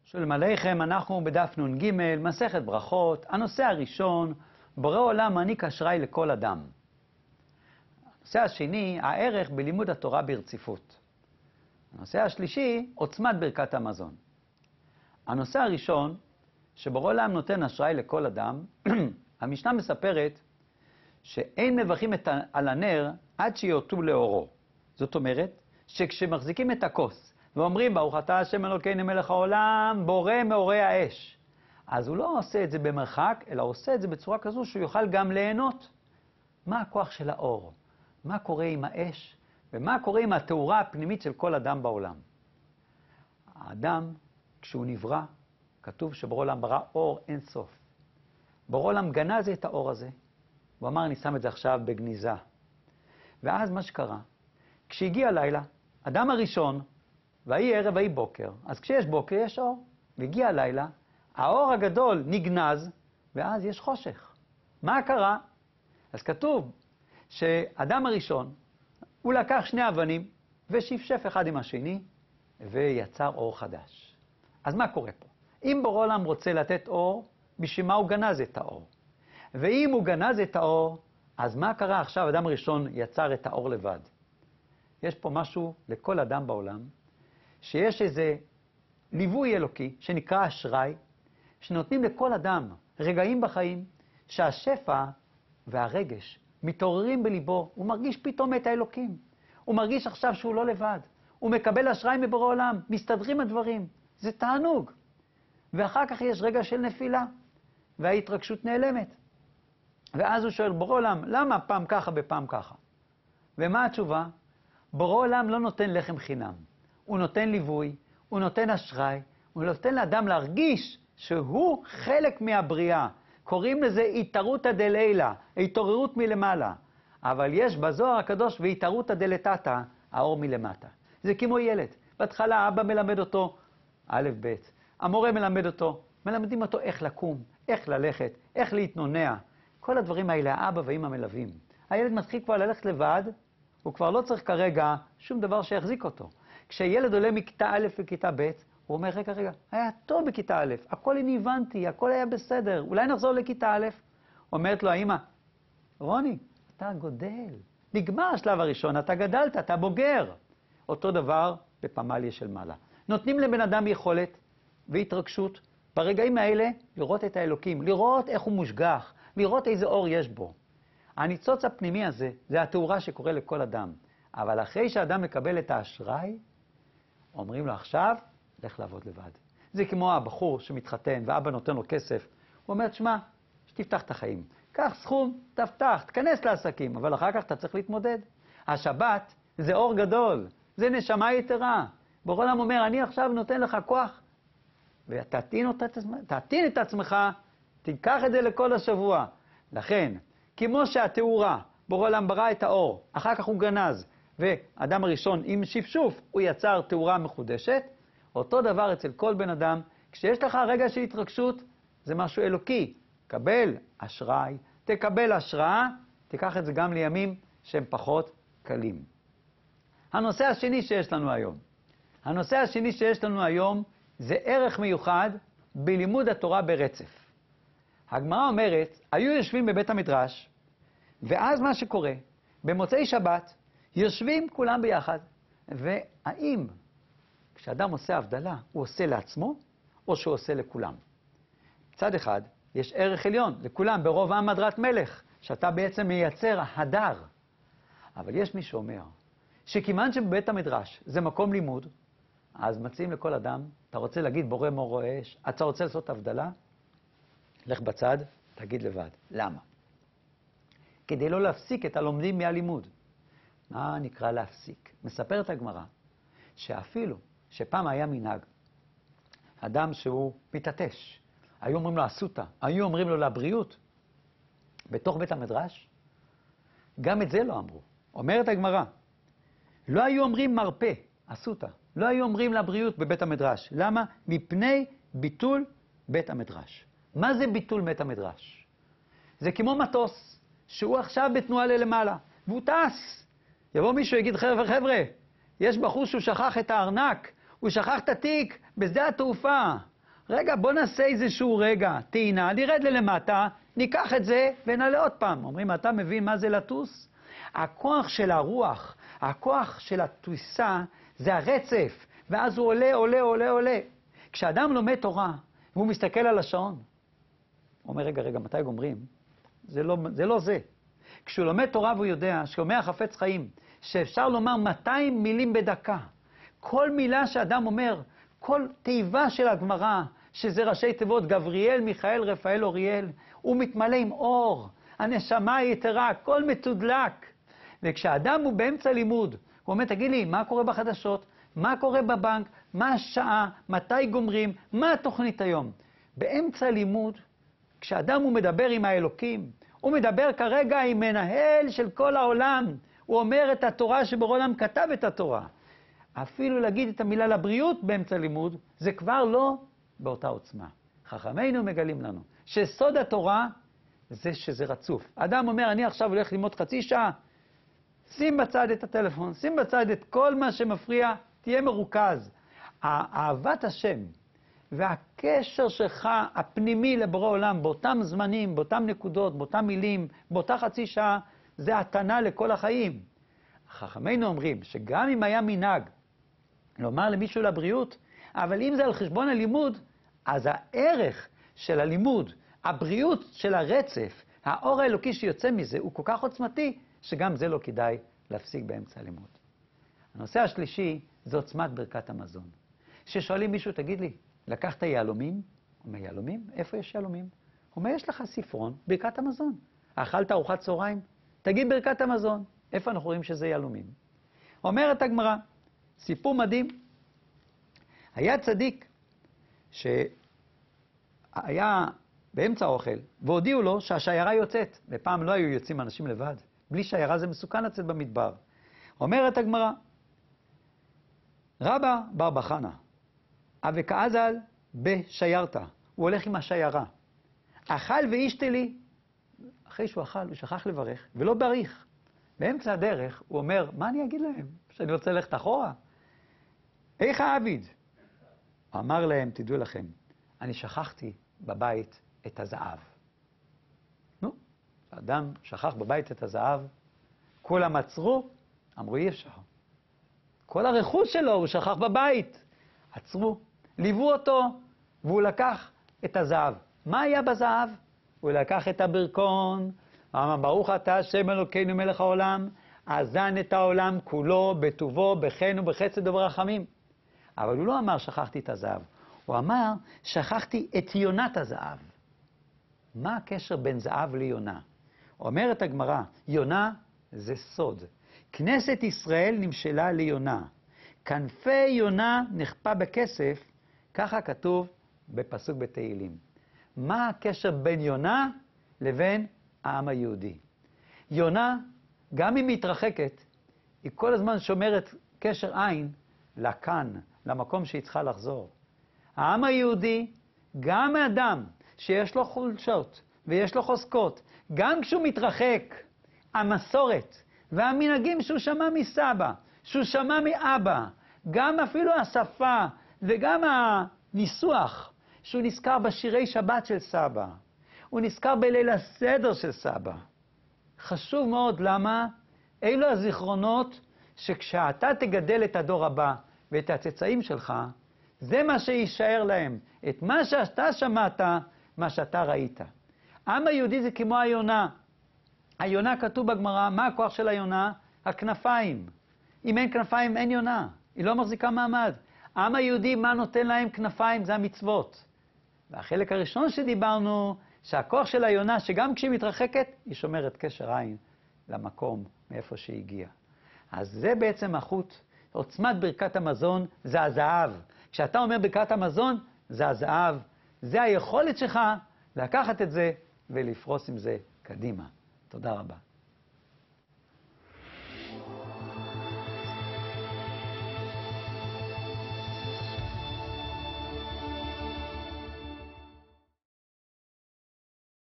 שלום עליכם, אנחנו בדף נ"ג, מסכת ברכות. הנושא הראשון, בורא עולם מעניק אשראי לכל אדם. הנושא השני, הערך בלימוד התורה ברציפות. הנושא השלישי, עוצמת ברכת המזון. הנושא הראשון, שבורא עולם נותן אשראי לכל אדם, המשנה מספרת שאין מברכים על הנר עד שיורטו לאורו. זאת אומרת, שכשמחזיקים את הכוס, ואומרים, ברוך אתה השם אלוקינו מלך העולם, בורא מאורי האש. אז הוא לא עושה את זה במרחק, אלא עושה את זה בצורה כזו שהוא יוכל גם ליהנות. מה הכוח של האור? מה קורה עם האש? ומה קורה עם התאורה הפנימית של כל אדם בעולם? האדם, כשהוא נברא, כתוב שבורא עולם ברא אור אין סוף. בורא עולם גנז את האור הזה. הוא אמר, אני שם את זה עכשיו בגניזה. ואז מה שקרה? כשהגיע הלילה, אדם הראשון, והיא ערב והיא בוקר, אז כשיש בוקר יש אור. והגיע הלילה, האור הגדול נגנז, ואז יש חושך. מה קרה? אז כתוב שאדם הראשון, הוא לקח שני אבנים, ושפשף אחד עם השני, ויצר אור חדש. אז מה קורה פה? אם בורא עולם רוצה לתת אור, בשביל מה הוא גנז את האור? ואם הוא גנז את האור, אז מה קרה עכשיו? אדם הראשון יצר את האור לבד. יש פה משהו לכל אדם בעולם, שיש איזה ליווי אלוקי שנקרא אשראי, שנותנים לכל אדם רגעים בחיים שהשפע והרגש מתעוררים בליבו. הוא מרגיש פתאום את האלוקים. הוא מרגיש עכשיו שהוא לא לבד. הוא מקבל אשראי מבורא עולם. מסתדרים הדברים. זה תענוג. ואחר כך יש רגע של נפילה, וההתרגשות נעלמת. ואז הוא שואל, בורא עולם, למה פעם ככה בפעם ככה? ומה התשובה? בורא עולם לא נותן לחם חינם. הוא נותן ליווי, הוא נותן אשראי, הוא נותן לאדם להרגיש שהוא חלק מהבריאה. קוראים לזה התערותא דלילה, התעוררות מלמעלה. אבל יש בזוהר הקדוש והתערותא דלתתא, האור מלמטה. זה כמו ילד. בהתחלה אבא מלמד אותו א' ב', המורה מלמד אותו, מלמדים אותו איך לקום, איך ללכת, איך להתנונע. כל הדברים האלה האבא ואמא מלווים. הילד מתחיל כבר ללכת לבד, הוא כבר לא צריך כרגע שום דבר שיחזיק אותו. כשילד עולה מכיתה א' לכיתה ב', הוא אומר, רגע, היה טוב בכיתה א', הכל אני הבנתי, הכל היה בסדר, אולי נחזור לכיתה א'. אומרת לו האמא, רוני, אתה גודל, נגמר השלב הראשון, אתה גדלת, אתה בוגר. אותו דבר בפמליה של מעלה. נותנים לבן אדם יכולת והתרגשות, ברגעים האלה לראות את האלוקים, לראות איך הוא מושגח, לראות איזה אור יש בו. הניצוץ הפנימי הזה, זה התאורה שקורה לכל אדם. אבל אחרי שאדם מקבל את האשראי, אומרים לו עכשיו, לך לעבוד לבד. זה כמו הבחור שמתחתן ואבא נותן לו כסף. הוא אומר, שמע, שתפתח את החיים. קח סכום, תפתח, תכנס לעסקים, אבל אחר כך אתה צריך להתמודד. השבת זה אור גדול, זה נשמה יתרה. בורא עולם אומר, אני עכשיו נותן לך כוח, ותתין את עצמך, תיקח את זה לכל השבוע. לכן, כמו שהתאורה, בורא עולם ברא את האור, אחר כך הוא גנז, ואדם הראשון עם שפשוף, הוא יצר תאורה מחודשת. אותו דבר אצל כל בן אדם, כשיש לך רגע של התרגשות, זה משהו אלוקי. קבל אשראי, תקבל השראה, תיקח את זה גם לימים שהם פחות קלים. הנושא השני שיש לנו היום, זה ערך מיוחד בלימוד התורה ברצף. הגמרא אומרת, היו יושבים בבית המדרש, ואז מה שקורה, במוצאי שבת, יושבים כולם ביחד. והאם כשאדם עושה הבדלה, הוא עושה לעצמו, או שהוא עושה לכולם? מצד אחד, יש ערך עליון לכולם, ברוב עם הדרת מלך, שאתה בעצם מייצר הדר. אבל יש מי שאומר, שכיוון שבבית המדרש זה מקום לימוד, אז מציעים לכל אדם, אתה רוצה להגיד בורא מאורי אש, אתה רוצה לעשות הבדלה? לך בצד, תגיד לבד. למה? כדי לא להפסיק את הלומדים מהלימוד. מה נקרא להפסיק? מספרת הגמרא, שאפילו שפעם היה מנהג, אדם שהוא מתעטש, היו אומרים לו אסותא, היו אומרים לו לבריאות, בתוך בית המדרש, גם את זה לא אמרו. אומרת הגמרא, לא היו אומרים מרפא, אסותא, לא היו אומרים לבריאות בבית המדרש. למה? מפני ביטול בית המדרש. מה זה ביטול בית המדרש? זה כמו מטוס, שהוא עכשיו בתנועה ללמעלה, והוא טס. יבוא מישהו יגיד, חבר'ה, יש בחור שהוא שכח את הארנק, הוא שכח את התיק בשדה התעופה. רגע, בוא נעשה איזשהו רגע, טעינה, נרד ללמטה, ניקח את זה ונעלה עוד פעם. אומרים, אתה מבין מה זה לטוס? הכוח של הרוח, הכוח של התפיסה, זה הרצף, ואז הוא עולה, עולה, עולה, עולה. כשאדם לומד תורה, והוא מסתכל על השעון, הוא אומר, רגע, מתי גומרים? זה לא זה. כשהוא לומד תורה והוא יודע, שאומר חפץ חיים, שאפשר לומר 200 מילים בדקה. כל מילה שאדם אומר, כל תיבה של הגמרא, שזה ראשי תיבות, גבריאל, מיכאל, רפאל, אוריאל, הוא מתמלא עם אור, הנשמה היתרה, הכל מתודלק. וכשאדם הוא באמצע לימוד, הוא אומר, תגיד לי, מה קורה בחדשות? מה קורה בבנק? מה השעה? מתי גומרים? מה התוכנית היום? באמצע לימוד, כשאדם הוא מדבר עם האלוקים, הוא מדבר כרגע עם מנהל של כל העולם, הוא אומר את התורה שבעולם כתב את התורה. אפילו להגיד את המילה לבריאות באמצע לימוד, זה כבר לא באותה עוצמה. חכמינו מגלים לנו שסוד התורה זה שזה רצוף. אדם אומר, אני עכשיו הולך ללמוד חצי שעה, שים בצד את הטלפון, שים בצד את כל מה שמפריע, תהיה מרוכז. אהבת השם והקשר שלך הפנימי לבורא עולם, באותם זמנים, באותם נקודות, באותם מילים, באותה חצי שעה, זה התנה לכל החיים. חכמינו אומרים שגם אם היה מנהג לומר למישהו לבריאות, אבל אם זה על חשבון הלימוד, אז הערך של הלימוד, הבריאות של הרצף, האור האלוקי שיוצא מזה, הוא כל כך עוצמתי, שגם זה לא כדאי להפסיק באמצע הלימוד. הנושא השלישי זה עוצמת ברכת המזון. ששואלים מישהו, תגיד לי, לקחת יהלומים? הוא אומר, יהלומים? איפה יש יהלומים? הוא אומר, יש לך ספרון, ברכת המזון. אכלת ארוחת צהריים? תגיד ברכת המזון. איפה אנחנו רואים שזה יהלומים? אומרת הגמרא, סיפור מדהים. היה צדיק שהיה באמצע האוכל, והודיעו לו שהשיירה יוצאת. ופעם לא היו יוצאים אנשים לבד. בלי שיירה זה מסוכן לצאת במדבר. אומרת הגמרא, רבא בר בחנה, אבקעזל בשיירתא. הוא הולך עם השיירה. אכל וישתה לי. אחרי שהוא אכל, הוא שכח לברך, ולא בריך. באמצע הדרך הוא אומר, מה אני אגיד להם? שאני רוצה ללכת אחורה? איך העביד? הוא אמר להם, תדעו לכם, אני שכחתי בבית את הזהב. נו, האדם שכח בבית את הזהב, כולם עצרו, אמרו אי אפשר. כל הרכוש שלו הוא שכח בבית. עצרו, ליוו אותו, והוא לקח את הזהב. מה היה בזהב? הוא לקח את הברכון, אמר, ברוך אתה השם אלוקינו מלך העולם, אזן את העולם כולו בטובו, בחן ובחסד וברחמים. אבל הוא לא אמר שכחתי את הזהב, הוא אמר שכחתי את יונת הזהב. מה הקשר בין זהב ליונה? אומרת הגמרא, יונה זה סוד. כנסת ישראל נמשלה ליונה. כנפי יונה נחפה בכסף, ככה כתוב בפסוק בתהילים. מה הקשר בין יונה לבין העם היהודי? יונה, גם אם היא מתרחקת, היא כל הזמן שומרת קשר עין לכאן, למקום שהיא צריכה לחזור. העם היהודי, גם האדם שיש לו חולשות ויש לו חוזקות, גם כשהוא מתרחק, המסורת והמנהגים שהוא שמע מסבא, שהוא שמע מאבא, גם אפילו השפה וגם הניסוח, שהוא נזכר בשירי שבת של סבא, הוא נזכר בליל הסדר של סבא. חשוב מאוד, למה? אלו הזיכרונות שכשאתה תגדל את הדור הבא ואת הצאצאים שלך, זה מה שישאר להם. את מה שאתה שמעת, מה שאתה ראית. העם היהודי זה כמו היונה. היונה כתוב בגמרא, מה הכוח של היונה? הכנפיים. אם אין כנפיים, אין יונה. היא לא מחזיקה מעמד. העם היהודי, מה נותן להם כנפיים? זה המצוות. והחלק הראשון שדיברנו, שהכוח של היונה, שגם כשהיא מתרחקת, היא שומרת קשר עין למקום מאיפה שהיא הגיעה. אז זה בעצם החוט. עוצמת ברכת המזון זה הזהב. כשאתה אומר ברכת המזון, זה הזהב. זה היכולת שלך לקחת את זה ולפרוס עם זה קדימה. תודה רבה.